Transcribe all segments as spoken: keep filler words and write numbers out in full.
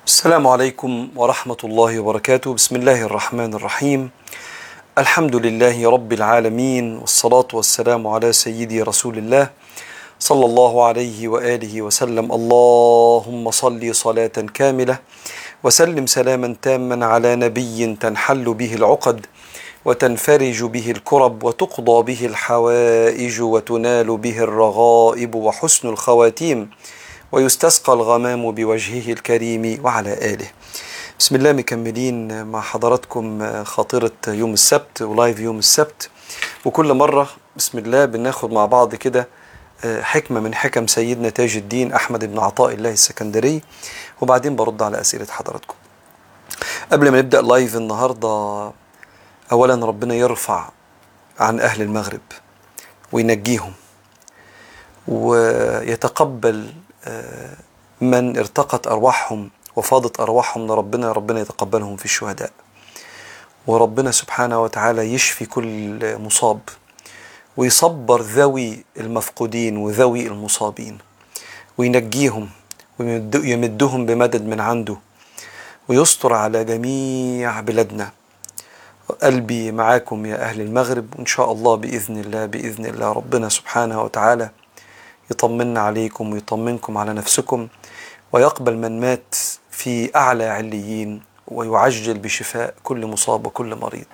السلام عليكم ورحمة الله وبركاته. بسم الله الرحمن الرحيم. الحمد لله رب العالمين، والصلاة والسلام على سيدي رسول الله صلى الله عليه وآله وسلم. اللهم صل صلاة كاملة وسلم سلاما تاما على نبي تنحل به العقد وتنفرج به الكرب وتقضى به الحوائج وتنال به الرغائب وحسن الخواتيم ويستسقى الغمام بوجهه الكريم وعلى آله. بسم الله، مكملين مع حضراتكم خاطرة يوم السبت ولايف يوم السبت، وكل مرة بسم الله بناخد مع بعض كده حكمة من حكم سيدنا تاج الدين أحمد بن عطاء الله السكندري، وبعدين برد على أسئلة حضراتكم. قبل ما نبدأ لايف النهاردة، أولا ربنا يرفع عن أهل المغرب وينجيهم ويتقبل من ارتقت أرواحهم وفاضت أرواحهم لربنا. ربنا يتقبلهم في الشهداء، وربنا سبحانه وتعالى يشفي كل مصاب ويصبر ذوي المفقودين وذوي المصابين وينجيهم ويمدهم بمدد من عنده ويستر على جميع بلادنا. قلبي معاكم يا أهل المغرب، وإن شاء الله بإذن الله بإذن الله ربنا سبحانه وتعالى يطمنا عليكم ويطمنكم على نفسكم، ويقبل من مات في أعلى عليين، ويعجل بشفاء كل مصاب وكل مريض.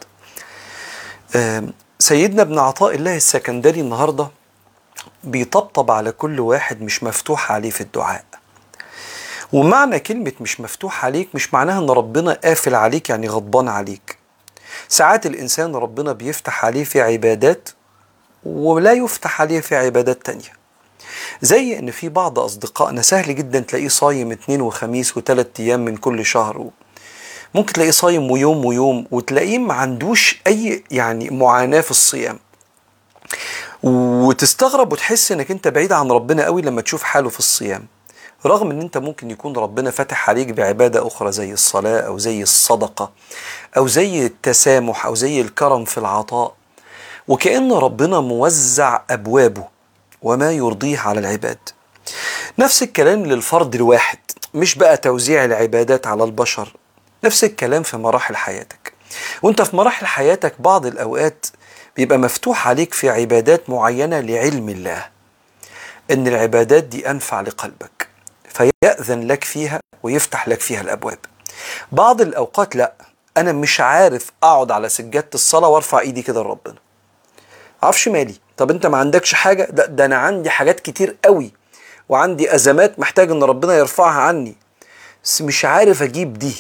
سيدنا ابن عطاء الله السكندري النهاردة بيطبطب على كل واحد مش مفتوح عليه في الدعاء. ومعنى كلمة مش مفتوح عليك مش معناها ان ربنا قافل عليك يعني غضبان عليك. ساعات الإنسان ربنا بيفتح عليه في عبادات ولا يفتح عليه في عبادات تانية. زي ان في بعض اصدقائنا سهل جدا تلاقيه صايم اتنين وخميس وثلاث ايام من كل شهر، ممكن تلاقيه صايم ويوم ويوم، وتلاقيه ما عندوش اي يعني معاناة في الصيام، وتستغرب وتحس انك انت بعيد عن ربنا قوي لما تشوف حاله في الصيام، رغم ان انت ممكن يكون ربنا فتح عليك بعبادة اخرى زي الصلاة او زي الصدقة او زي التسامح او زي الكرم في العطاء، وكأن ربنا موزع ابوابه وما يرضيه على العباد. نفس الكلام للفرد الواحد، مش بقى توزيع العبادات على البشر. نفس الكلام في مراحل حياتك، وانت في مراحل حياتك بعض الأوقات بيبقى مفتوح عليك في عبادات معينة لعلم الله ان العبادات دي أنفع لقلبك فيأذن لك فيها ويفتح لك فيها الأبواب. بعض الأوقات لا، أنا مش عارف أقعد على سجادة الصلاة وارفع إيدي كده لربنا، عارفش مالي. طب انت ما عندكش حاجة؟ ده, ده انا عندي حاجات كتير قوي وعندي ازمات محتاج ان ربنا يرفعها عني، بس مش عارف اجيب دي.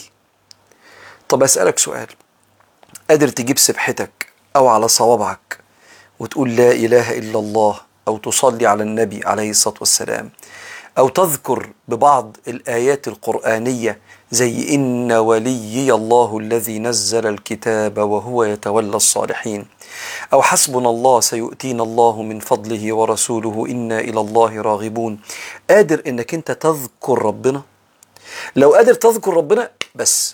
طب اسألك سؤال، قادر تجيب سبحتك او على صوابعك وتقول لا اله الا الله، او تصلي على النبي عليه الصلاة والسلام، او تذكر ببعض الايات القرآنية زي ان وليي الله الذي نزل الكتاب وهو يتولى الصالحين، أو حسبنا الله سيؤتينا الله من فضله ورسوله إنا إلى الله راغبون؟ قادر إنك أنت تذكر ربنا؟ لو قادر تذكر ربنا بس،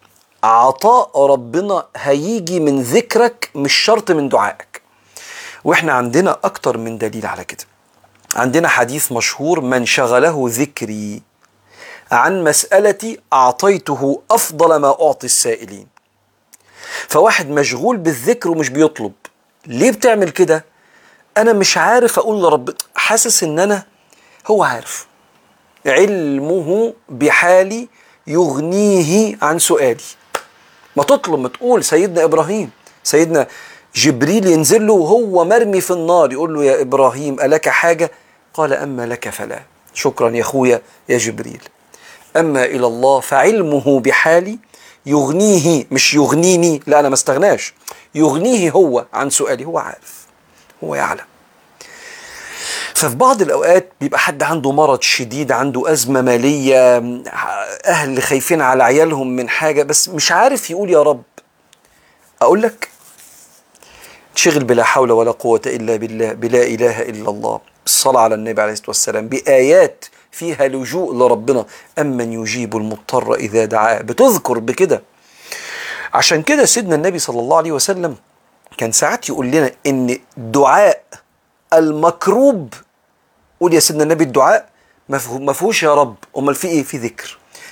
عطاء ربنا هيجي من ذكرك مش شرط من دعائك. وإحنا عندنا أكتر من دليل على كده. عندنا حديث مشهور: من شغله ذكري عن مسألتي أعطيته أفضل ما أعطي السائلين. فواحد مشغول بالذكر ومش بيطلب. ليه بتعمل كده؟ أنا مش عارف أقول لرب، حاسس إن أنا هو عارف. علمه بحالي يغنيه عن سؤالي. ما تطلب، ما تقول سيدنا إبراهيم، سيدنا جبريل ينزل له وهو مرمي في النار يقول له يا إبراهيم ألك حاجة؟ قال أما لك فلا. شكرا يا أخويا يا جبريل. أما إلى الله فعلمه بحالي يغنيه، مش يغنيني، لا أنا ما استغناش، يغنيه هو عن سؤالي. هو عارف، هو يعلم. ففي بعض الأوقات بيبقى حد عنده مرض شديد، عنده أزمة مالية، أهل خايفين على عيالهم من حاجة بس مش عارف يقول يا رب. أقول لك تشغل بلا حول ولا قوة إلا بالله، بلا إله إلا الله، بالصلاة على النبي عليه الصلاة والسلام، بآيات فيها لجوء لربنا، أمن يجيب المضطر إذا دعاه، بتذكر بكده. عشان كده سيدنا النبي صلى الله عليه وسلم كان ساعات يقول لنا إن دعاء المكروب، قول يا سيدنا النبي الدعاء ما فيهوش يا رب، أمال في إيه؟ في ذكر.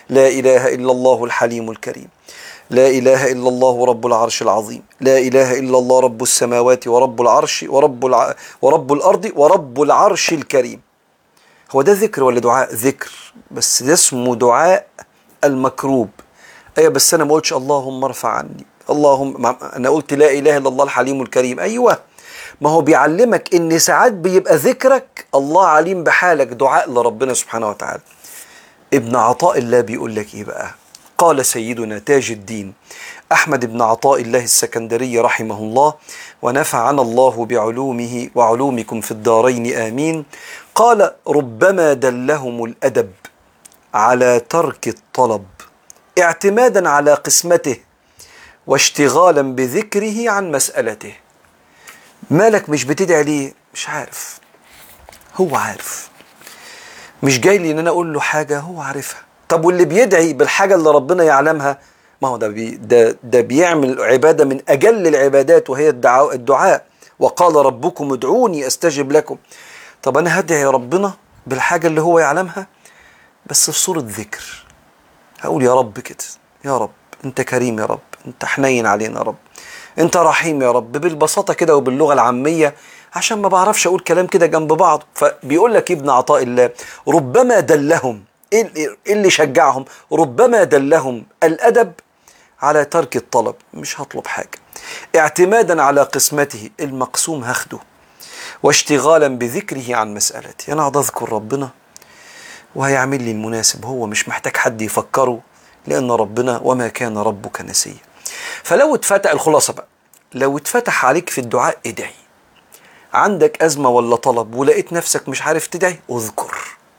لا إله إلا الله الحليم الكريم، لا إله إلا الله رب العرش العظيم، لا إله إلا الله رب السماوات ورب العرش ورب, الع... ورب الأرض ورب العرش الكريم. هو ده ذكر ولا دعاء؟ ذكر، بس ده اسمه دعاء المكروب. أيوة بس أنا ما قلتش اللهم ارفع عني، اللهم، أنا قلت لا إله إلا الله الحليم الكريم. أيوة، ما هو بيعلمك إن ساعات بيبقى ذكرك الله عليم بحالك دعاء لربنا سبحانه وتعالى. ابن عطاء الله بيقول لك إيه بقى؟ قال سيدنا تاج الدين أحمد بن عطاء الله السكندري رحمه الله ونفعنا الله بعلومه وعلومكم في الدارين آمين. قال: ربما دلهم الأدب على ترك الطلب اعتمادا على قسمته واشتغالا بذكره عن مسألته. مالك مش بتدعي ليه؟ مش عارف. هو عارف. مش جاي لي ان انا اقول له حاجة هو عارفها. طب واللي بيدعي بالحاجة اللي ربنا يعلمها، ما هو ده بي ده, ده بيعمل عبادة من اجل العبادات وهي الدعاء, الدعاء. وقال ربكم ادعوني استجب لكم. طب انا هدعي ربنا بالحاجة اللي هو يعلمها بس في صورة ذكر. هقول يا رب كده: يا رب انت كريم، يا رب انت حنين علينا، يا رب انت رحيم، يا رب، بالبساطة كده وباللغة العامية، عشان ما بعرفش اقول كلام كده جنب بعض. فبيقول لك ابن عطاء الله: ربما دلهم، ايه اللي شجعهم؟ ربما دلهم الادب على ترك الطلب، مش هطلب حاجة، اعتمادا على قسمته، المقسوم هاخده، واشتغالا بذكره عن مسألتي. انا اقعد اذكر ربنا وهيعمل لي المناسب، هو مش محتاج حد يفكره، لان ربنا وما كان ربك نسيا. فلو اتفتح، الخلاصة بقى، لو اتفتح عليك في الدعاء ادعي. عندك أزمة ولا طلب ولقيت نفسك مش عارف تدعي، اذكر،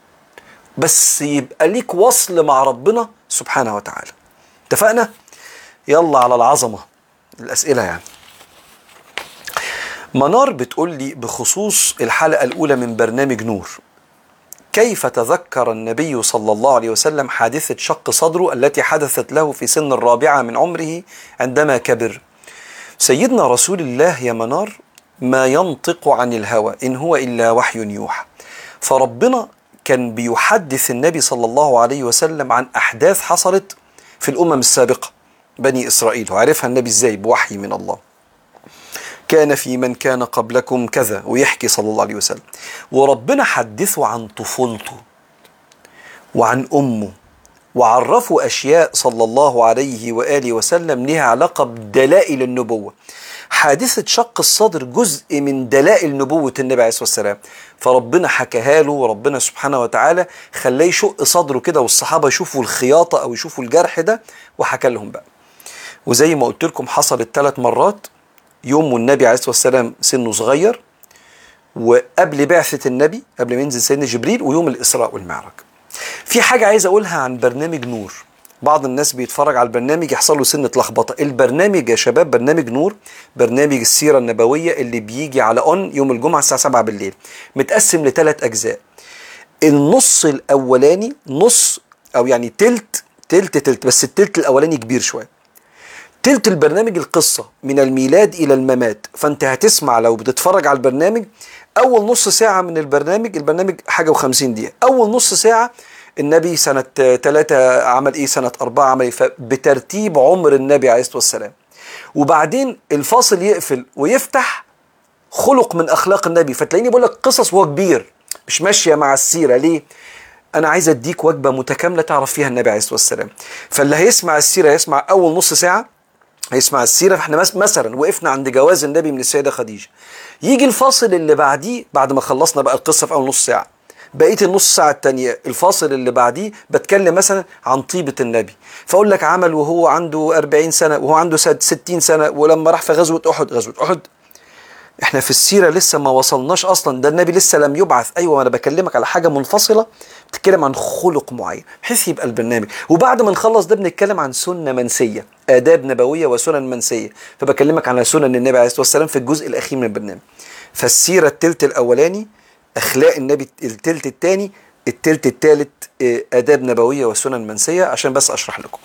بس يبقى ليك وصل مع ربنا سبحانه وتعالى. اتفقنا؟ يلا على العظمة، الأسئلة يعني. منار بتقول لي بخصوص الحلقة الأولى من برنامج نور: كيف تذكر النبي صلى الله عليه وسلم حادثة شق صدره التي حدثت له في سن الرابعة من عمره عندما كبر؟ سيدنا رسول الله يا منار ما ينطق عن الهوى إن هو إلا وحي يوحى. فربنا كان بيحدث النبي صلى الله عليه وسلم عن أحداث حصلت في الأمم السابقة، بني إسرائيل، وعرفها النبي إزاي؟ بوحي من الله. كان في من كان قبلكم كذا، ويحكي صلى الله عليه وسلم. وربنا حدثه عن طفولته وعن أمه، وعرفوا أشياء صلى الله عليه وآله وسلم لها علاقة بدلائل النبوة. حادثة شق الصدر جزء من دلائل نبوة النبي عليه الصلاة والسلام، فربنا حكاها له، وربنا سبحانه وتعالى خلاه يشق صدره كده، والصحابة يشوفوا الخياطة أو يشوفوا الجرح ده، وحكى لهم بقى. وزي ما قلت لكم حصلت ثلاث مرات: يوم والنبي عليه الصلاة والسلام سنه صغير، وقبل بعثة النبي، قبل ما ينزل سيدنا جبريل، ويوم الإسراء والمعراج. في حاجة عايز أقولها عن برنامج نور. بعض الناس بيتفرج على البرنامج يحصل له سنة لخبطة. البرنامج يا شباب برنامج نور، برنامج السيرة النبوية اللي بيجي على أون يوم الجمعة الساعة سبعة بالليل، متقسم لثلاث أجزاء. النص الأولاني نص، أو يعني تلت تلت تلت، بس التلت الأولاني كبير شوية. تلت البرنامج القصة من الميلاد إلى الممات. فأنت هتسمع لو بتتفرج على البرنامج أول نص ساعة من البرنامج، البرنامج حاجة وخمسين دقيقة، أول نص ساعة النبي سنة ثلاثة عمل إيه، سنة أربعة عمل إيه، بترتيب عمر النبي عليه الصلاة والسلام. وبعدين الفاصل يقفل ويفتح خلق من أخلاق النبي. فتلاقيني بقول لك قصص وهو كبير، مش ماشية مع السيرة. ليه؟ أنا عايز أديك وجبة متكاملة تعرف فيها النبي عليه الصلاة والسلام. فاللي هيسمع السيرة يسمع أول نص ساعة، هيسمع السيرة. فاحنا مثلا وقفنا عند جواز النبي من السيدة خديجة، يجي الفاصل اللي بعديه بعد ما خلصنا بقى القصة في أول نص ساعة، بقية النص ساعة التانية الفاصل اللي بعديه بتكلم مثلا عن طيبة النبي، فأقول لك عمل وهو عنده أربعين سنة، وهو عنده ستين سنة، ولما راح في غزوة أحد. غزوة أحد احنا في السيرة لسه ما وصلناش أصلا، ده النبي لسه لم يبعث. أيوة، أنا بكلمك على حاجة منفصلة بتتكلم عن خلق معين بحيث يبقى البرنامج. وبعد ما نخلص ده بنتكلم عن سنة منسية، آداب نبوية وسنن منسية، فبكلمك على سنن النبي عليه الصلاة والسلام في الجزء الأخير من البرنامج. فالسيرة التلت الأولاني، أخلاق النبي التلت الثاني، التلت الثالث آداب نبوية وسنن منسية. عشان بس أشرح لكم.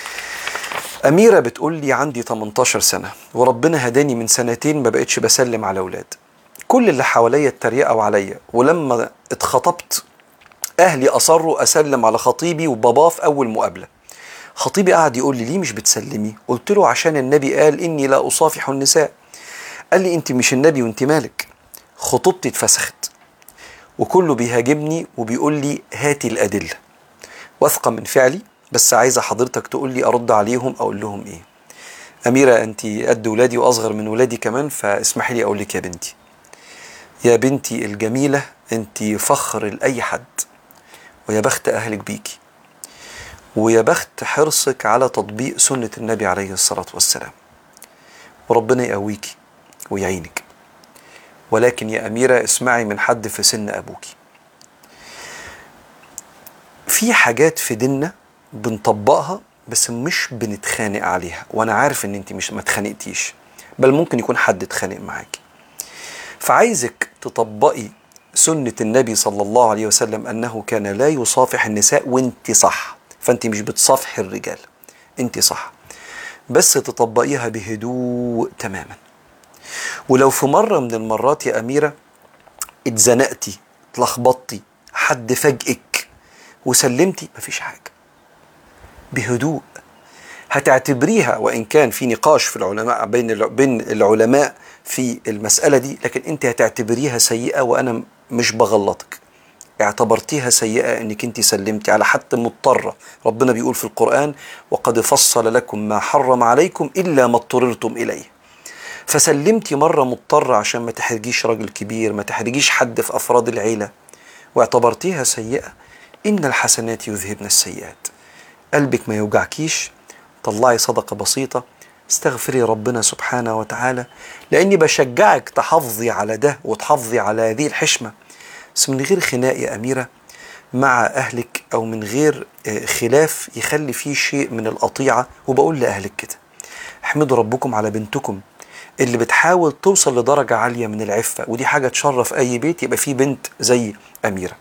أميرة بتقول لي عندي تمنتاشر سنة وربنا هداني من سنتين ما بقتش بسلم على أولاد. كل اللي حواليا اتريقوا عليا، ولما اتخطبت أهلي أصروا أسلم على خطيبي وباباه في أول مقابلة. خطيبي قعد يقول لي ليه مش بتسلمي؟ قلت له عشان النبي قال إني لا أصافح النساء. قال لي أنت مش النبي وأنت مالك. خطوبتي اتفسخت وكله بيهاجمني وبيقول لي هاتي الأدلة. واثقة من فعلي، بس عايزة حضرتك تقول لي أرد عليهم أقول لهم إيه. أميرة أنت قد ولادي وأصغر من ولادي كمان، فاسمحي لي أقول لك يا بنتي، يا بنتي الجميلة، أنت فخر لأي حد، ويا بخت أهلك بيكي، ويا بخت حرصك على تطبيق سنة النبي عليه الصلاة والسلام، وربنا يقويكي ويعينك. ولكن يا أميرة اسمعي من حد في سن أبوكي، في حاجات في ديننا بنطبقها بس مش بنتخانق عليها، وأنا عارف إن أنت مش ما تخانقتيش، بل ممكن يكون حد اتخانق معاكي. فعايزك تطبقي سنة النبي صلى الله عليه وسلم أنه كان لا يصافح النساء، وانت صح، فانت مش بتصافح الرجال، انت صح، بس تطبقيها بهدوء تماما. ولو في مرة من المرات يا أميرة اتزنقتي اتلخبطتي حد فاجئك وسلمتي، مفيش حاجة، بهدوء هتعتبريها، وإن كان في نقاش في العلماء بين بين العلماء في المسألة دي، لكن انت هتعتبريها سيئة، وأنا مش بغلطك، اعتبرتيها سيئة انك انت سلمتي على حد مضطرة. ربنا بيقول في القرآن وقد فصل لكم ما حرم عليكم إلا ما اضطررتم إليه. فسلمتي مرة مضطرة عشان ما تحرجيش راجل كبير، ما تحرجيش حد في أفراد العيلة، واعتبرتيها سيئة. إن الحسنات يذهبن السيئات. قلبك ما يوجعكيش، طلعي صدقة بسيطة، استغفري ربنا سبحانه وتعالى، لأني بشجعك تحافظي على ده وتحافظي على هذه الحشمة، بس من غير خناق يا أميرة مع أهلك، أو من غير خلاف يخلي فيه شيء من القطيعة. وبقول لأهلك كده، احمدوا ربكم على بنتكم اللي بتحاول توصل لدرجة عالية من العفة، ودي حاجة تشرف أي بيت يبقى فيه بنت زي أميرة.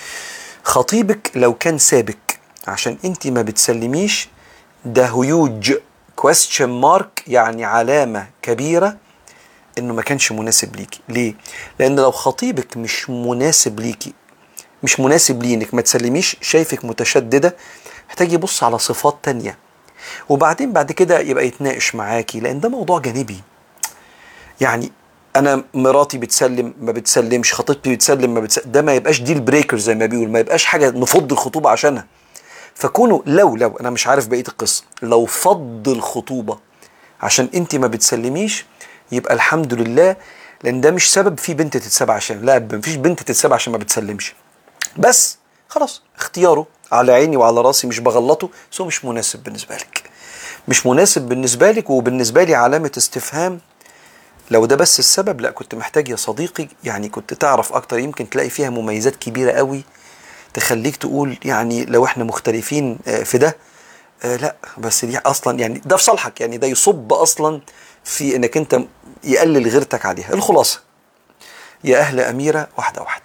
خطيبك لو كان سابك عشان انت ما بتسلميش، ده هيوج question mark، يعني علامة كبيرة انه ما كانش مناسب ليكي. ليه؟ لان لو خطيبك مش مناسب ليكي، مش مناسب ليه انك ما تسلميش، شايفك متشددة، محتاج يبص على صفات تانية، وبعدين بعد كده يبقى يتناقش معاكي، لان ده موضوع جانبي. يعني انا مراتي بتسلم ما بتسلمش، خطيبتي بتسلم ما بتسلم، ده ما يبقاش ديل بريكر زي ما بيقول، ما يبقاش حاجة نفض الخطوبة عشانها. فكونوا لو لو انا مش عارف بقية القصة، لو فض الخطوبة عشان انت ما بتسلميش، يبقى الحمد لله، لان ده مش سبب في بنت تتساب عشان، لا، مفيش بنت تتساب عشان ما بتسلمش، بس خلاص اختياره على عيني وعلى راسي، مش بغلطه، بس هو مش مناسب بالنسبة لك، مش مناسب بالنسبة لك، وبالنسبة لي علامة استفهام. لو ده بس السبب، لا، كنت محتاج يا صديقي يعني كنت تعرف اكتر، يمكن تلاقي فيها مميزات كبيرة قوي تخليك تقول يعني لو احنا مختلفين في ده، آه لا، بس دي اصلا يعني ده في صالحك، يعني ده يصب اصلا في انك انت يقلل غيرتك عليها. الخلاصة يا اهل اميرة، واحدة واحدة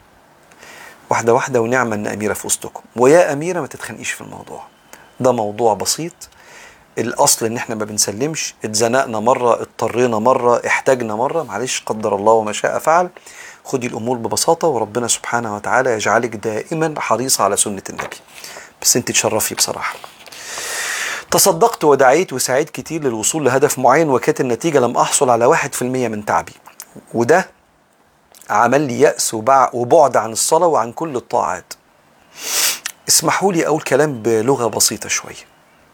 واحدة واحدة، ونعمة ان اميرة في وسطكم. ويا اميرة ما تتخنقيش في الموضوع ده، موضوع بسيط. الاصل ان احنا ما بنسلمش، اتزنقنا مرة، اضطرينا مرة، احتاجنا مرة، معلش، قدر الله وما شاء فعل. خدي الامور ببساطة، وربنا سبحانه وتعالى يجعلك دائما حريصة على سنة النبي. بس انت تشرفي بصراحة. تصدقت ودعيت وسعيت كتير للوصول لهدف معين، وكانت النتيجة لم أحصل على واحد في المية من تعبي، وده عمل لي يأس وبعد عن الصلاة وعن كل الطاعات. اسمحوا لي أقول كلام بلغة بسيطة شوية.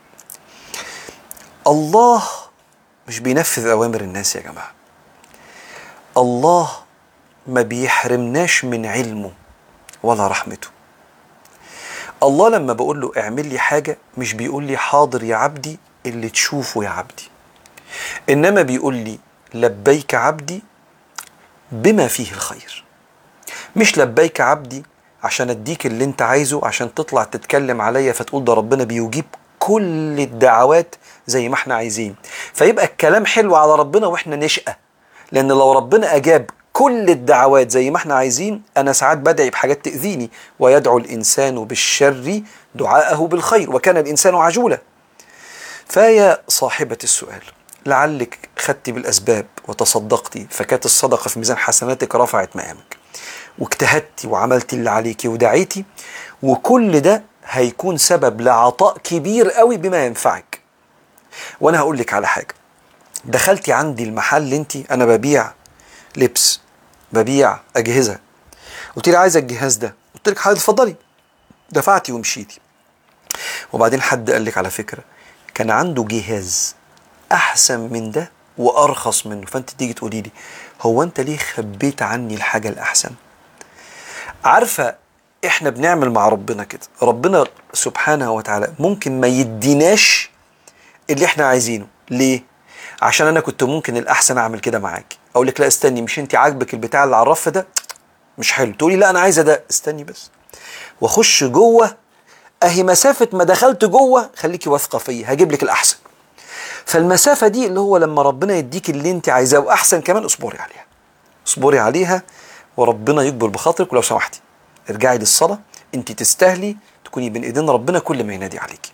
الله مش بينفذ أوامر الناس يا جماعة. الله ما بيحرمناش من علمه ولا رحمته. الله لما بقول له اعمل لي حاجة، مش بيقول لي حاضر يا عبدي اللي تشوفه يا عبدي، إنما بيقول لي لبيك عبدي بما فيه الخير. مش لبيك عبدي عشان اديك اللي انت عايزه، عشان تطلع تتكلم عليا فتقول ده ربنا بيجيب كل الدعوات زي ما احنا عايزين، فيبقى الكلام حلو على ربنا واحنا نشقى. لان لو ربنا اجاب كل الدعوات زي ما احنا عايزين، انا ساعات بدعي بحاجات تأذيني، ويدعو الانسان بالشر دعاءه بالخير وكان الانسان عجولا. فيا صاحبة السؤال، لعلك خدت بالاسباب وتصدقتي، فكانت الصدقة في ميزان حسناتك رفعت مقامك، واجتهدتي وعملتي اللي عليكي ودعيتي، وكل ده هيكون سبب لعطاء كبير قوي بما ينفعك. وانا هقول لك على حاجه، دخلتي عندي المحل انت، انا ببيع لبس، ببيع اجهزه، قلت لي عايزه الجهاز ده، قلت لك حاضر اتفضلي، دفعتي ومشيتي. وبعدين حد قال لك على فكره كان عنده جهاز احسن من ده وارخص منه، فانت تيجي تقولي لي هو انت ليه خبيت عني الحاجه الاحسن؟ عارفه احنا بنعمل مع ربنا كده، ربنا سبحانه وتعالى ممكن ما يديناش اللي احنا عايزينه. ليه؟ عشان انا كنت ممكن الاحسن اعمل كده معاك، اقول لك لا استني، مش انت عاجبك البتاع اللي على الرف ده مش حلو، تقولي لا انا عايزه ده، استني بس واخش جوه، اهي مسافه ما دخلت جوه خليكي واثقه فيا هجيب لك الاحسن. فالمسافه دي اللي هو لما ربنا يديك اللي انت عايزاه واحسن كمان، اصبري عليها، اصبري عليها وربنا يكبر بخاطرك. ولو سمحتي ارجعي للصلاه، انت تستاهلي تكوني بين ايدين ربنا كل ما ينادي عليكي.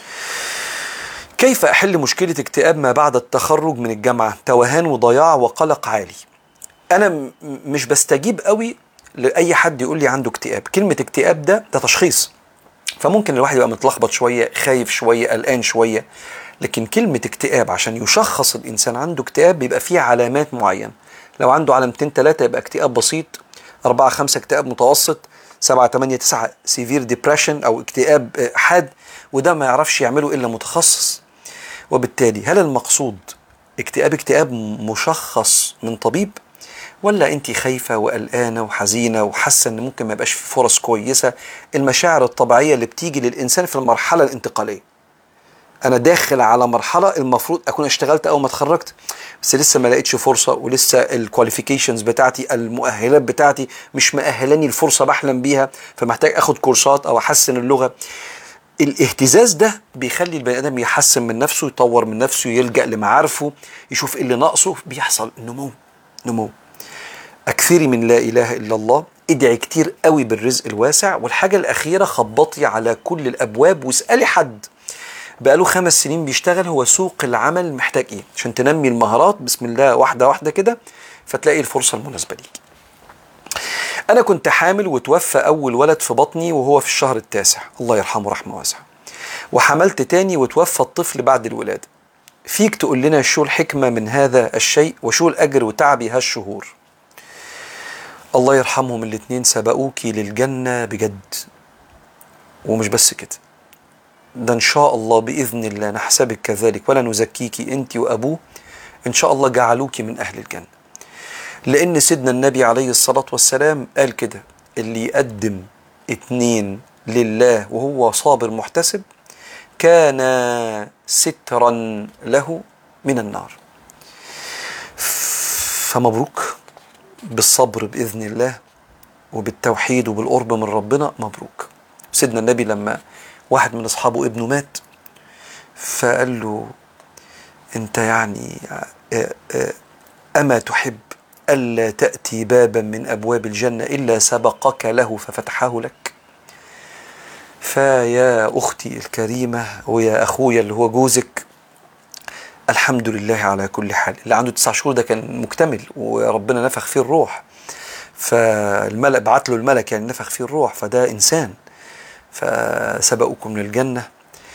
كيف احل مشكله اكتئاب ما بعد التخرج من الجامعه؟ توهان وضياع وقلق عالي. انا م- مش بستجيب قوي لاي حد يقول لي عنده اكتئاب. كلمه اكتئاب ده ده تشخيص، فممكن الواحد يبقى متلخبط شويه، خايف شويه، قلقان شويه، لكن كلمه اكتئاب عشان يشخص الانسان عنده اكتئاب بيبقى فيه علامات معينه. لو عنده علامتين ثلاثه يبقى اكتئاب بسيط، أربعة خمسة اكتئاب متوسط، سبعة تمانية تسعة سيفير ديبريشن أو اكتئاب حاد، وده ما يعرفش يعمله إلا متخصص. وبالتالي هل المقصود اكتئاب اكتئاب مشخص من طبيب، ولا انت خايفة وقلقانة وحزينة وحاسة ان ممكن ما يبقاش في فرص كويسة؟ المشاعر الطبيعية اللي بتيجي للإنسان في المرحلة الانتقالية. أنا داخل على مرحلة المفروض أكون اشتغلت أول ما اتخرجت، بس لسه ما لقيتش فرصة، ولسه الكواليفيكيشنز بتاعتي، المؤهلات بتاعتي مش مؤهلاني الفرصة بحلم بيها، فمحتاج أخد كورسات أو أحسن اللغة. الاهتزاز ده بيخلي البني ادم يحسن من نفسه، يطور من نفسه، يلجأ لمعارفه، يشوف ايه اللي ناقصه، بيحصل نمو نمو. اكثري من لا اله الا الله، ادعي كتير قوي بالرزق الواسع. والحاجه الاخيره، خبطي على كل الابواب واسالي حد بقاله خمس سنين بيشتغل هو سوق العمل محتاج ايه، عشان تنمي المهارات بسم الله واحده واحده كده، فتلاقي الفرصه المناسبه ليك. أنا كنت حامل وتوفى أول ولد في بطني وهو في الشهر التاسع، الله يرحمه رحمة واسعة، وحملت تاني وتوفى الطفل بعد الولادة. فيك تقول لنا شو الحكمة من هذا الشيء، وشو الأجر وتعبي هالشهور؟ الله يرحمهم الاتنين، سبقوكي للجنة بجد. ومش بس كده، ده إن شاء الله بإذن الله نحسبك كذلك ولا نزكيكي أنت وأبوه، إن شاء الله جعلوكي من أهل الجنة. لأن سيدنا النبي عليه الصلاة والسلام قال كده، اللي يقدم اتنين لله وهو صابر محتسب كان سترا له من النار. فمبروك بالصبر بإذن الله وبالتوحيد وبالقرب من ربنا، مبروك. سيدنا النبي لما واحد من أصحابه ابنه مات، فقال له أنت يعني أما تحب ألا تأتي بابا من أبواب الجنة إلا سبقك له ففتحه لك؟ فيا أختي الكريمة ويا أخويا اللي هو جوزك، الحمد لله على كل حال. اللي عنده تسع شهور ده كان مكتمل وربنا نفخ فيه الروح، فالملك بعت له الملك يعني نفخ فيه الروح، فده إنسان. فسبقكم للجنة،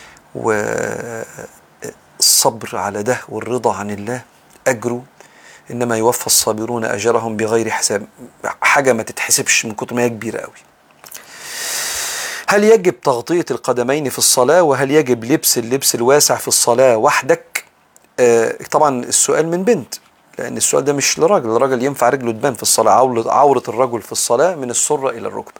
والصبر على ده والرضا عن الله أجره، إنما يوفى الصابرون أجرهم بغير حساب. حاجة ما تتحسبش من كتر ما هي كبيرة قوي. هل يجب تغطية القدمين في الصلاة؟ وهل يجب لبس اللبس الواسع في الصلاة وحدك؟ آه طبعا السؤال من بنت، لأن السؤال ده مش لراجل. الراجل ينفع رجله تبان في الصلاة، عورة الرجل في الصلاة من السرة إلى الركبة.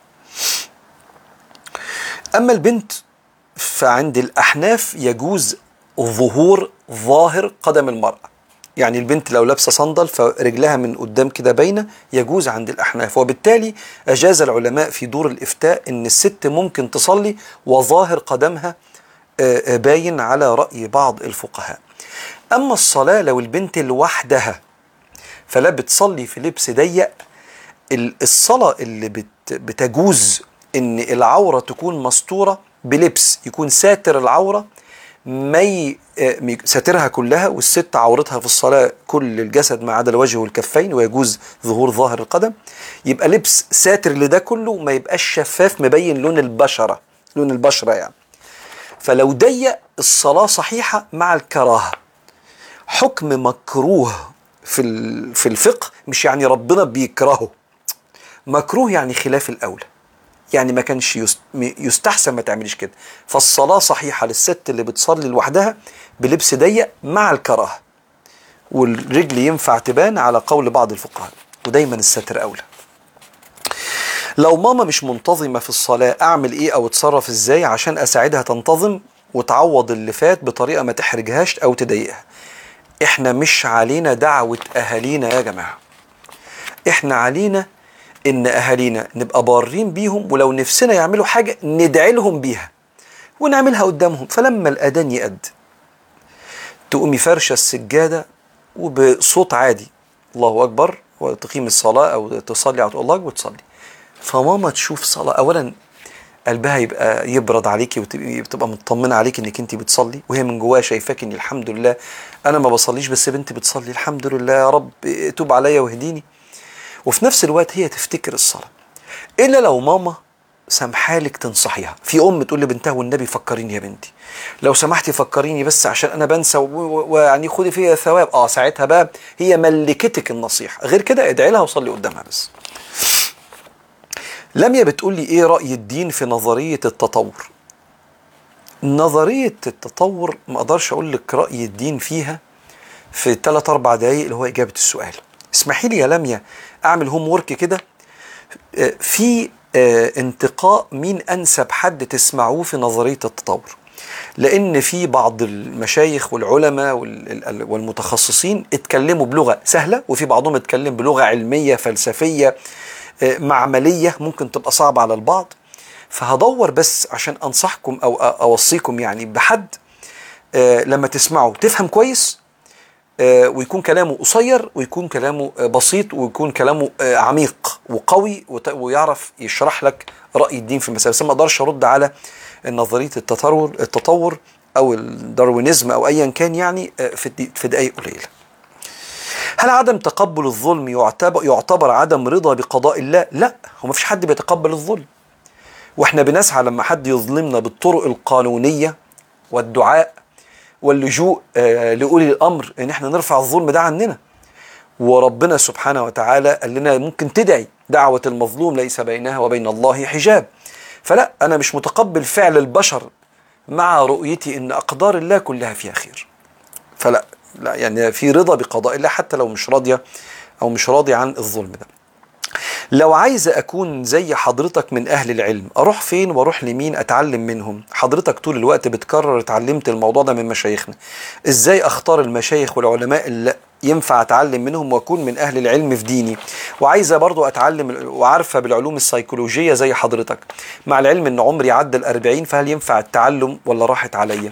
أما البنت فعند الأحناف يجوز ظهور ظاهر قدم المرأة، يعني البنت لو لابسه صندل فرجلها من قدام كده باينه يجوز عند الاحناف. وبالتالي اجاز العلماء في دور الافتاء ان الست ممكن تصلي وظاهر قدمها باين على راي بعض الفقهاء. اما الصلاه لو البنت لوحدها فلا بتصلي في لبس ضيق، الصلاه اللي بتجوز ان العوره تكون مستوره بلبس يكون ساتر العوره ما ي- آه، ساترها كلها، والست عورتها في الصلاة كل الجسد ما عدا الوجه والكفين، ويجوز ظهور ظاهر القدم. يبقى لبس ساتر لده كله، ما يبقاش شفاف مبين لون البشرة، لون البشرة يعني. فلو ضيق الصلاة صحيحة مع الكراهة. حكم مكروه في ال- في الفقه مش يعني ربنا بيكرهه، مكروه يعني خلاف الأولى، يعني ما كانش يست- يستحسن ما تعملش كده. فالصلاة صحيحة للست اللي بتصلي لوحدها بلبس ضيق مع الكراهة، والرجل ينفع تبان على قول بعض الفقهاء، ودايما الستر أولى. لو ماما مش منتظمة في الصلاة أعمل إيه أو اتصرف إزاي عشان أساعدها تنتظم وتعوض اللي فات بطريقة ما تحرجهاش أو تضايقها؟ إحنا مش علينا دعوة أهالينا يا جماعة، إحنا علينا إن أهالينا نبقى بارين بيهم، ولو نفسنا يعملوا حاجة ندعي لهم بيها ونعملها قدامهم. فلما الأذان يأد تقومي فرشة السجادة وبصوت عادي الله أكبر، وتقيم الصلاة أو تصلي على الله أكبر وتصلي. فماما تشوف صلاة، أولا قلبها يبقى يبرد عليكي، وتبقى مطمنة عليك انك انت بتصلي، وهي من جواها شايفاك ان الحمد لله انا ما بصليش بس بنتي بتصلي، الحمد لله يا رب توب عليا واهديني. وفي نفس الوقت هي تفتكر الصلاة. الا لو ماما سامحالك تنصحيها، في ام تقول لبنتها والنبي فكريني يا بنتي، لو سمحتي فكريني بس عشان انا بنسى، ويعني خدي فيها ثواب، اه ساعتها بقى هي ملكتك النصيحة. غير كده ادعي لها وصلي قدامها بس. لميا بتقول لي ايه رأي الدين في نظرية التطور؟ نظرية التطور ما اقدرش اقول لك رأي الدين فيها في ثلاث اربع دقايق اللي هو اجابة السؤال. اسمحي لي يا لميا اعمل هوم ورك كده في انتقاء مين انسب حد تسمعوه في نظرية التطور، لان في بعض المشايخ والعلماء والمتخصصين اتكلموا بلغة سهلة، وفي بعضهم اتكلم بلغة علمية فلسفية معملية ممكن تبقى صعبة على البعض. فهدور بس عشان أنصحكم أو أوصيكم يعني بحد لما تسمعوا تفهم كويس، ويكون كلامه قصير، ويكون كلامه بسيط، ويكون كلامه عميق وقوي، ويعرف يشرح لك رأي الدين في المسألة. بس ما أقدرش أرد على نظرية التطور التطور أو الداروينيزم أو أيا كان يعني في دقايق قليلة. هل عدم تقبل الظلم يعتبر, يعتبر عدم رضا بقضاء الله؟ لا، هو ما فيش حد بيتقبل الظلم، واحنا بنسعى لما حد يظلمنا بالطرق القانونية والدعاء واللجوء آه لأولي الأمر ان احنا نرفع الظلم ده عننا. وربنا سبحانه وتعالى قال لنا ممكن تدعي دعوة المظلوم ليس بينها وبين الله حجاب. فلا، أنا مش متقبل فعل البشر مع رؤيتي ان أقدار الله كلها فيها خير. فلا لا يعني في رضا بقضاء الله حتى لو مش راضية أو مش راضي عن الظلم ده. لو عايز أكون زي حضرتك من أهل العلم أروح فين وأروح لمين أتعلم منهم؟ حضرتك طول الوقت بتكرر اتعلمت الموضوع ده من مشايخنا، إزاي أختار المشايخ والعلماء اللي ينفع أتعلم منهم وأكون من أهل العلم في ديني؟ وعايزة برضو أتعلم وعارفة بالعلوم السيكولوجية زي حضرتك، مع العلم أن عمري عدى الأربعين، فهل ينفع التعلم ولا راحت عليا؟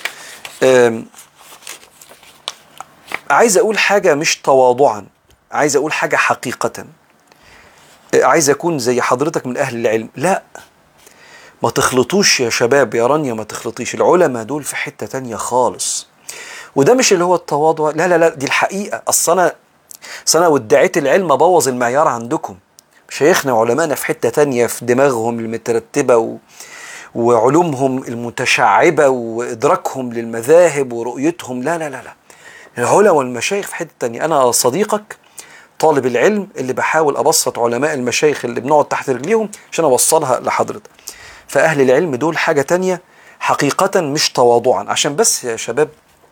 عايز أقول حاجة مش تواضعا، عايز أقول حاجة حقيقة. عايز أكون زي حضرتك من أهل العلم؟ لا، ما تخلطوش يا شباب، يا رانيا ما تخلطيش، العلماء دول في حتة تانية خالص. وده مش اللي هو التواضع، لا لا لا، دي الحقيقة. أصل أنا أصل أنا وادعيت العلم أبوظ المعيار عندكم. شيخنا وعلمائنا في حتة تانية، في دماغهم المترتبة و... وعلومهم المتشعبة وإدراكهم للمذاهب ورؤيتهم، لا لا لا لا، العلماء والمشايخ في حتة تانية. أنا صديقك طالب العلم اللي بحاول أبسط علماء المشايخ اللي بنقعد تحت رجليهم عشان أوصلها لحضرتك. فأهل العلم دول حاجة تانية حقيقة مش تواضعا. عشان بس يا شباب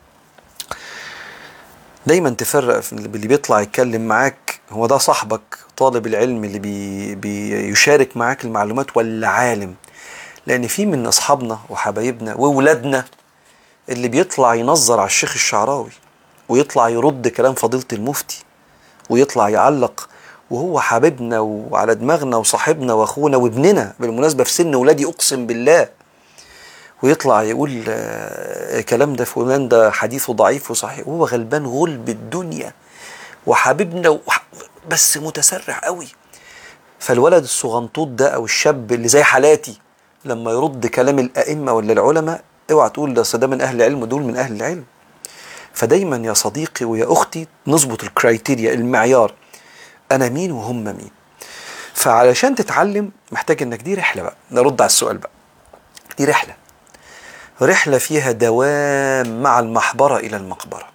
دايما تفرق اللي بيطلع يتكلم معاك، هو ده صاحبك طالب العلم اللي بي بيشارك معاك المعلومات ولا عالم؟ لأن في من أصحابنا وحبايبنا وولادنا اللي بيطلع ينظر على الشيخ الشعراوي ويطلع يرد كلام فضيلة المفتي ويطلع يعلق، وهو حبيبنا وعلى دماغنا وصاحبنا واخونا وابننا بالمناسبة في سن ولادي أقسم بالله، ويطلع يقول كلام ده فلان ده حديثه ضعيف وصحيح، وهو غلبان غلب الدنيا وحبيبنا وح... بس متسرع قوي. فالولد الصغنطوط ده أو الشاب اللي زي حالاتي لما يرد كلام الأئمة ولا العلماء اوعى تقول ده ده من اهل العلم، دول من اهل العلم. فدايما يا صديقي ويا اختي نظبط الكرايتيريا، المعيار، انا مين وهم مين. فعلشان تتعلم محتاج انك، دي رحله بقى، نرد على السؤال بقى، دي رحله رحله فيها دوام مع المحبره الى المقبره.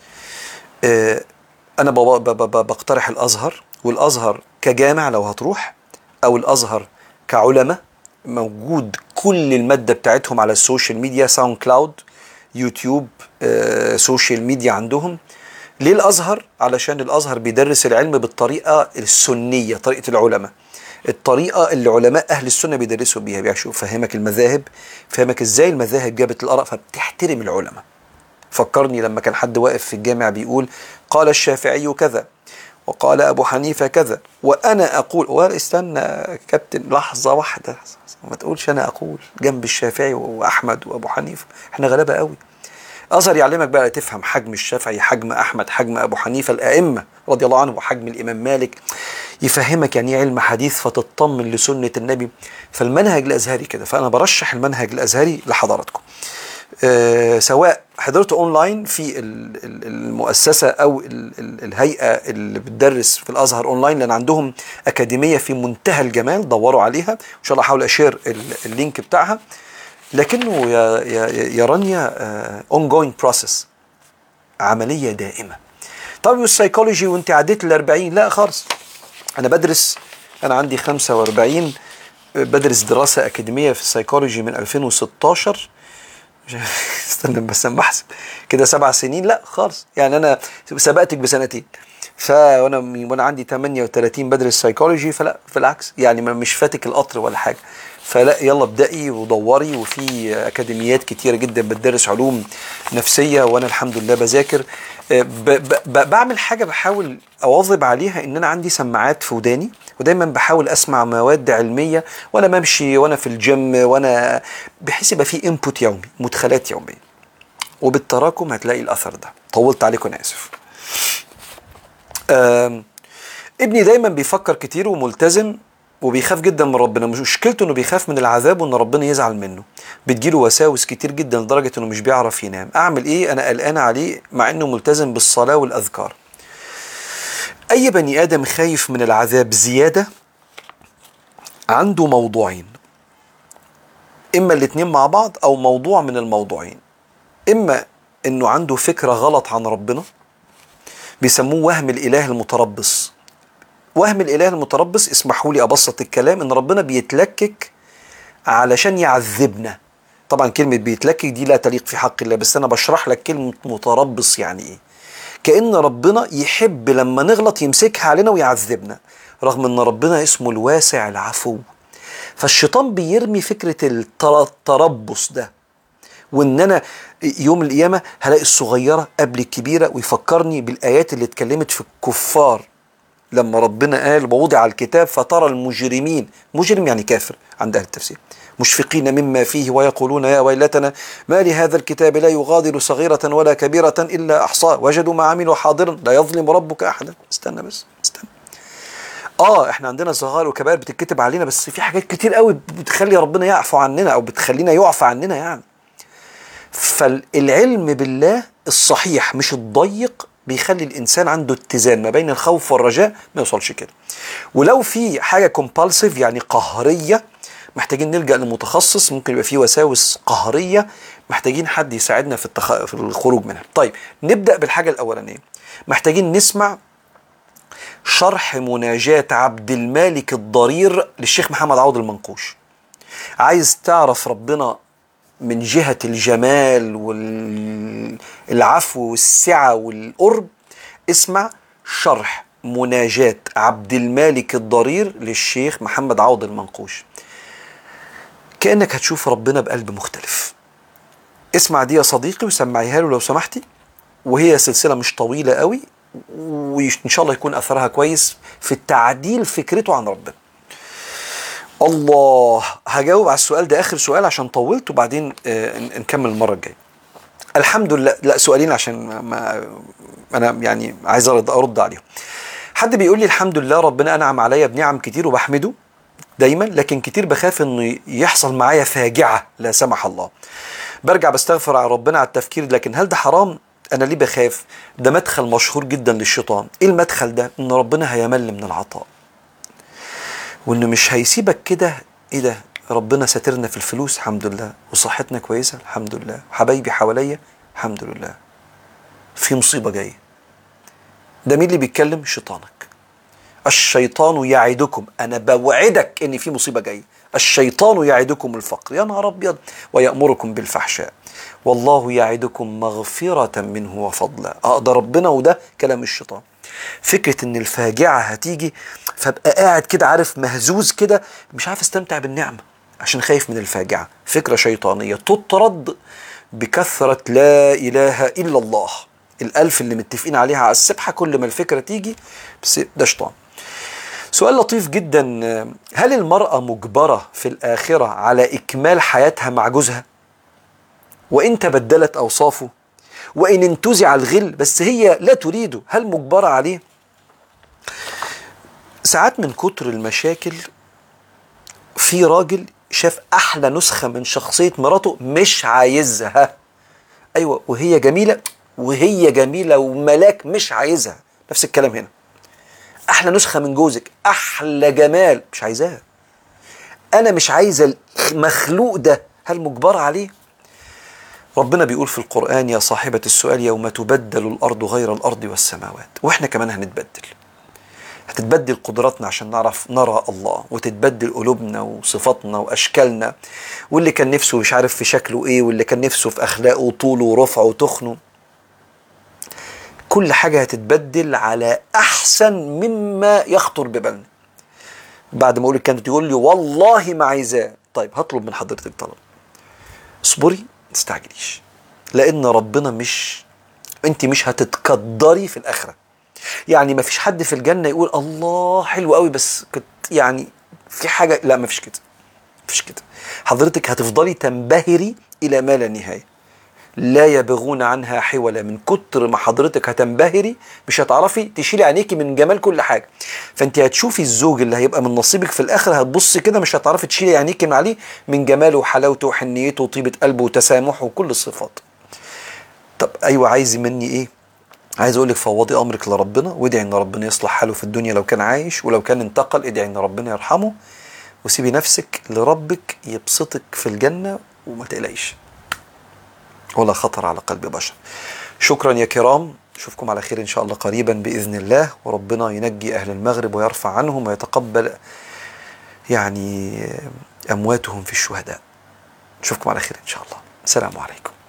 اه انا بقترح الازهر، والازهر كجامع لو هتروح، او الازهر كعلماء موجود كل الماده بتاعتهم على السوشيال ميديا، ساوند كلاود، يوتيوب، اه سوشيال ميديا عندهم. ليه الازهر؟ علشان الازهر بيدرس العلم بالطريقه السنيه، طريقه العلماء، الطريقه اللي علماء اهل السنه بيدرسوا بيها، بيشوف فهمك المذاهب، فهمك ازاي المذاهب جابت الاراء، فبتحترم العلماء. فكرني لما كان حد واقف في الجامع بيقول قال الشافعي كذا، وقال ابو حنيفه كذا، وانا اقول، واستنى كابتن لحظه واحده، ما تقولش انا اقول جنب الشافعي واحمد وابو حنيفه، احنا غلابه قوي. أزهر يعلمك بقى تفهم حجم الشافعي، حجم أحمد، حجم أبو حنيفة الأئمة رضي الله عنهم، وحجم الإمام مالك، يفهمك يعني علم حديث فتطمن لسنة النبي. فالمنهج الأزهري كده، فأنا برشح المنهج الأزهري لحضراتكم. أه سواء حضرت أونلاين في المؤسسة أو الهيئة اللي بتدرس في الأزهر أونلاين، لأن عندهم أكاديمية في منتهى الجمال، دوروا عليها إن شاء الله، أحاول أشير اللينك بتاعها. لكنه يا يا يا رانيا اون جوينج بروسيس، عمليه دائمه. طب والسايكولوجي وانت عديت ال أربعين؟ لا خالص، انا بدرس، انا عندي خمسة وأربعين، بدرس دراسه اكاديميه في السايكولوجي من ألفين وستاشر، استنى بس انا بحسب كده سبع سنين. لا خالص، يعني انا سبقتك بسنتين. فانا وانا عندي ثمانية وثلاثين بدرس سايكولوجي، فلا بالعكس يعني مش فاتك القطر ولا حاجه. فلا يلا ابدأي ودوري، وفي اكاديميات كتيره جدا بتدرس علوم نفسيه، وانا الحمد لله بذاكر. ب ب بعمل حاجه بحاول اواظب عليها، ان انا عندي سماعات في وداني، ودايما بحاول اسمع مواد علميه وانا بمشي وانا في الجيم، وانا بحيث يبقى في انبوت يومي، مدخلات يوميه، وبالتراكم هتلاقي الاثر ده. طولت عليكم انا اسف. ابني دايما بيفكر كتير وملتزم، وبيخاف جدا من ربنا. مشكلته انه بيخاف من العذاب وان ربنا يزعل منه، بتجيله وساوس كتير جدا لدرجه انه مش بيعرف ينام. اعمل ايه؟ انا قلقان عليه مع انه ملتزم بالصلاه والاذكار. اي بني ادم خايف من العذاب زياده عنده موضوعين، اما الاتنين مع بعض او موضوع من الموضوعين. اما انه عنده فكره غلط عن ربنا، بيسموه وهم الاله المتربص. وهم الاله المتربص، اسمحوا لي ابسط الكلام، ان ربنا بيتلكك علشان يعذبنا. طبعا كلمه بيتلكك دي لا تليق في حق الله، بس انا بشرح لك كلمه متربص يعني ايه. كأن ربنا يحب لما نغلط يمسكها علينا ويعذبنا، رغم ان ربنا اسمه الواسع العفو. فالشيطان بيرمي فكره التربص ده، وان انا يوم القيامه هلاقي الصغيره قبل الكبيره، ويفكرني بالايات اللي اتكلمت في الكفار لما ربنا قال ووضع الكتاب فترى المجرمين، مجرم يعني كافر عند اهل التفسير، مشفقين مما فيه ويقولون يا ويلتنا ما لهذا الكتاب لا يغادر صغيرة ولا كبيرة إلا أحصاها وجدوا ما عملوا حاضرا لا يظلم ربك أحدا. استنى بس استنى. اه احنا عندنا صغائر وكبائر بتتكتب علينا، بس في حاجات كتير قوي بتخلي ربنا يعفو عننا او بتخلينا يعفى عننا يعني. فالعلم بالله الصحيح مش الضيق بيخلي الانسان عنده اتزان ما بين الخوف والرجاء، ما يوصلش كده. ولو في حاجه كومبالسيف يعني قهريه، محتاجين نلجأ لمتخصص، ممكن يبقى فيه وساوس قهريه محتاجين حد يساعدنا في, التخ... في الخروج منها. طيب نبدأ بالحاجه الاولانيه، محتاجين نسمع شرح مناجاة عبد المالك الضرير للشيخ محمد عوض المنقوش. عايز تعرف ربنا من جهة الجمال والعفو والسعة والقرب، اسمع شرح مناجاة عبد المالك الضرير للشيخ محمد عوض المنقوش، كأنك هتشوف ربنا بقلب مختلف. اسمع دي يا صديقي وسمعيها له لو سمحتي، وهي سلسلة مش طويلة قوي، وإن شاء الله يكون أثرها كويس في التعديل فكرته عن ربنا. الله، هجاوب على السؤال ده آخر سؤال عشان طولت، وبعدين آه نكمل المرة الجاية. الحمد لله، لا سؤالين عشان ما, ما أنا يعني عايز أرد, أرد عليهم. حد بيقول لي الحمد لله ربنا أنعم عليا بنعم كتير وبحمده دايما، لكن كتير بخاف إنه يحصل معايا فاجعة لا سمح الله. برجع بستغفر على ربنا على التفكير، لكن هل ده حرام؟ انا ليه بخاف؟ ده مدخل مشهور جدا للشيطان. ايه المدخل ده؟ ان ربنا هيمل من العطاء، وانه مش هيسيبك كده. ايه ده؟ ربنا ساترنا في الفلوس الحمد لله، وصحتنا كويسه الحمد لله، وحبايبي حواليا الحمد لله، في مصيبه جايه. ده مين اللي بيتكلم؟ شيطانك. الشيطان يعدكم، انا بوعدك ان في مصيبه جايه. الشيطان يعدكم الفقر، يا نهار ابيض، ويأمركم بالفحشاء والله يعدكم مغفرة منه وفضلا. اه ده ربنا وده كلام الشيطان. فكرة ان الفاجعة هتيجي فابقى قاعد كده عارف مهزوز كده، مش عارف استمتع بالنعمة عشان خايف من الفاجعة. فكرة شيطانية تطرد بكثرة لا إله إلا الله، الألف اللي متفقين عليها على السبحة. كل ما الفكرة تيجي بس ده شيطان. سؤال لطيف جدا، هل المرأة مجبرة في الآخرة على إكمال حياتها مع جوزها وإن تبدلت أوصافه وإن انتزع الغل بس هي لا تريده؟ هل مجبرة عليه؟ ساعات من كتر المشاكل في راجل شاف أحلى نسخة من شخصية مراته مش عايزها. أيوة، وهي جميلة، وهي جميلة وملاك مش عايزها. نفس الكلام هنا، أحلى نسخة من جوزك، أحلى جمال، مش عايزاها. أنا مش عايزة المخلوق ده. هل مجبرة عليه؟ ربنا بيقول في القرآن: يا صاحبة السؤال يوم تبدل الأرض غير الأرض والسماوات. وإحنا كمان هنتبدل، هتتبدل قدراتنا عشان نعرف نرى الله، وتتبدل قلوبنا وصفاتنا وأشكالنا، واللي كان نفسه مش عارف في شكله إيه، واللي كان نفسه في أخلاقه وطوله ورفعه وتخنه. كل حاجة هتتبدل على أحسن مما يخطر ببالنا. بعد ما أقول كانت تقول لي والله ما عايزاه، طيب هطلب من حضرتك طلب: اصبري، ما تستعجليش، لأن ربنا مش، أنت مش هتتقدري في الآخرة. يعني ما فيش حد في الجنة يقول الله حلو قوي بس كنت يعني في حاجة، لا ما فيش كده، ما فيش كده. حضرتك هتفضلي تنبهري إلى ما لا نهاية، لا يبغون عنها حولا. من كتر ما حضرتك هتنبهري مش هتعرفي تشيلي عينيكي من جمال كل حاجة. فانت هتشوفي الزوج اللي هيبقى من نصيبك في الآخرة، هتبصي كده مش هتعرفي تشيلي عينيكي من عليه، من جماله وحلاوته وحنيته وطيبة قلبه وتسامحه وكل الصفات. طب أيوة، عايزي مني إيه؟ عايز أقولك فوضي أمرك لربنا، وادعي إن ربنا يصلح حاله في الدنيا لو كان عايش، ولو كان انتقل ادعي إن ربنا يرحمه، وسيبي نفسك لربك يبسطك في الجنة وما تقلقيش، ولا خطر على قلب بشر. شكرا يا كرام، أشوفكم على خير إن شاء الله قريبا بإذن الله، وربنا ينجي أهل المغرب ويرفع عنهم ويتقبل يعني أمواتهم في الشهداء. أشوفكم على خير إن شاء الله. السلام عليكم.